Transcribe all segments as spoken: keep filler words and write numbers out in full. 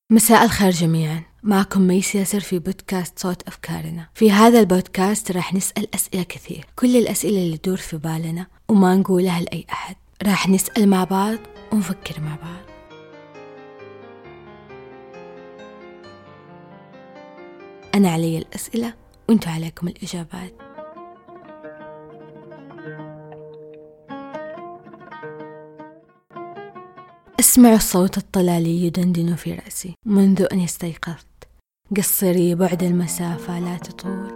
مساء الخير جميعا، معكم ميس ياسر في بودكاست صوت أفكارنا. في هذا البودكاست راح نسأل أسئلة كثير، كل الأسئلة اللي تدور في بالنا وما نقولها لأي أحد. راح نسأل مع بعض ونفكر مع بعض. أنا علي الأسئلة وأنتوا عليكم الإجابات. أسمع الصوت الطلالي يدندن في رأسي منذ أن استيقظت. قصري بعد المسافة لا تطول.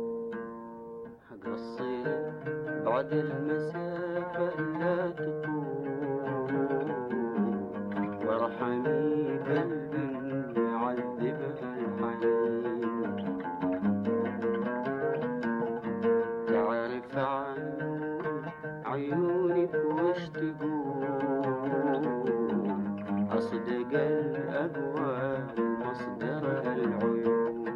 قصري بعد المسافة لا تطول، وارحمي قلبي يعذب الحنين. تعرف عن عيونك وش تقول، أصدق الأقوال مصدر العيون.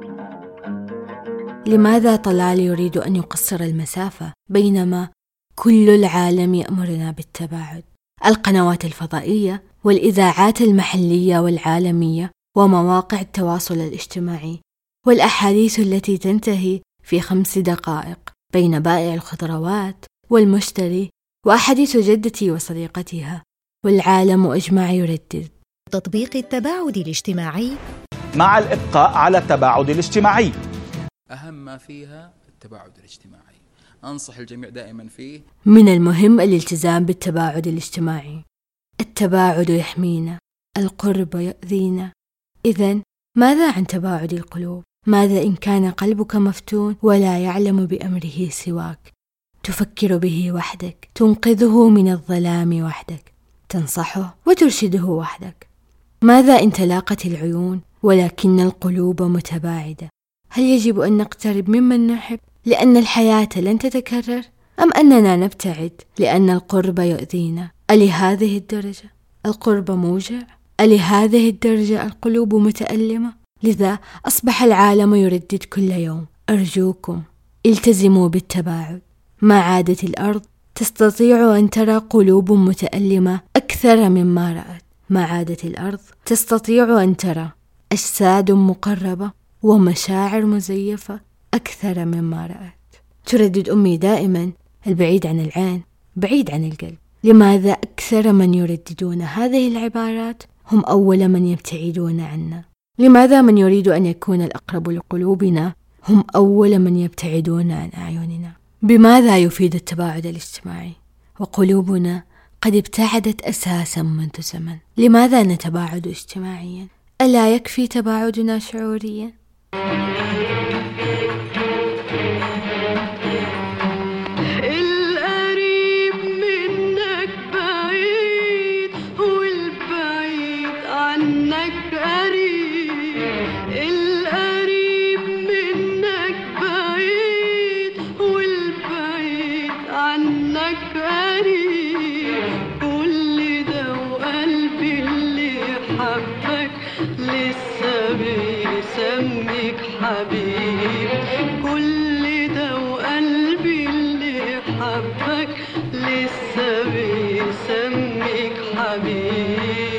لماذا طلال يريد أن يقصر المسافة بينما كل العالم يأمرنا بالتباعد؟ القنوات الفضائية والإذاعات المحلية والعالمية ومواقع التواصل الاجتماعي والأحاديث التي تنتهي في خمس دقائق بين بائع الخضروات والمشتري وأحاديث جدتي وصديقتها، والعالم أجمع يردد تطبيق التباعد الاجتماعي مع الإبقاء على التباعد الاجتماعي. أهم ما فيها التباعد الاجتماعي، أنصح الجميع دائما فيه. من المهم الالتزام بالتباعد الاجتماعي. التباعد يحمينا، القرب يؤذينا. إذن ماذا عن تباعد القلوب؟ ماذا إن كان قلبك مفتون ولا يعلم بأمره سواك؟ تفكر به وحدك، تنقذه من الظلام وحدك، تنصحه وترشده وحدك. ماذا إن تلاقت العيون ولكن القلوب متباعدة؟ هل يجب أن نقترب ممن نحب لأن الحياة لن تتكرر، أم أننا نبتعد لأن القرب يؤذينا؟ ألهذه الدرجة القرب موجع؟ ألهذه الدرجة القلوب متألمة؟ لذا أصبح العالم يردد كل يوم: أرجوكم التزموا بالتباعد. ما عادت الأرض تستطيع أن ترى قلوب متألمة أكثر مما رأت. ما عادت الأرض تستطيع أن ترى أجساد مقربة ومشاعر مزيفة أكثر مما رأت. تردد أمي دائما: البعيد عن العين بعيد عن القلب. لماذا أكثر من يرددون هذه العبارات هم أول من يبتعدون عنا؟ لماذا من يريد أن يكون الأقرب لقلوبنا هم أول من يبتعدون عن أعيننا؟ بماذا يفيد التباعد الاجتماعي وقلوبنا قد ابتعدت أساسا منذ زمن؟ لماذا نتباعد اجتماعيا؟ ألا يكفي تباعدنا شعوريا؟ القريب منك بعيد والبعيد عنك قريب. القريب منك بعيد والبعيد عنك قريب. كل ده وقلبي اللي حبك لسه بيسميك حبيب. كل ده وقلبي اللي حبك لسه بيسميك حبيب.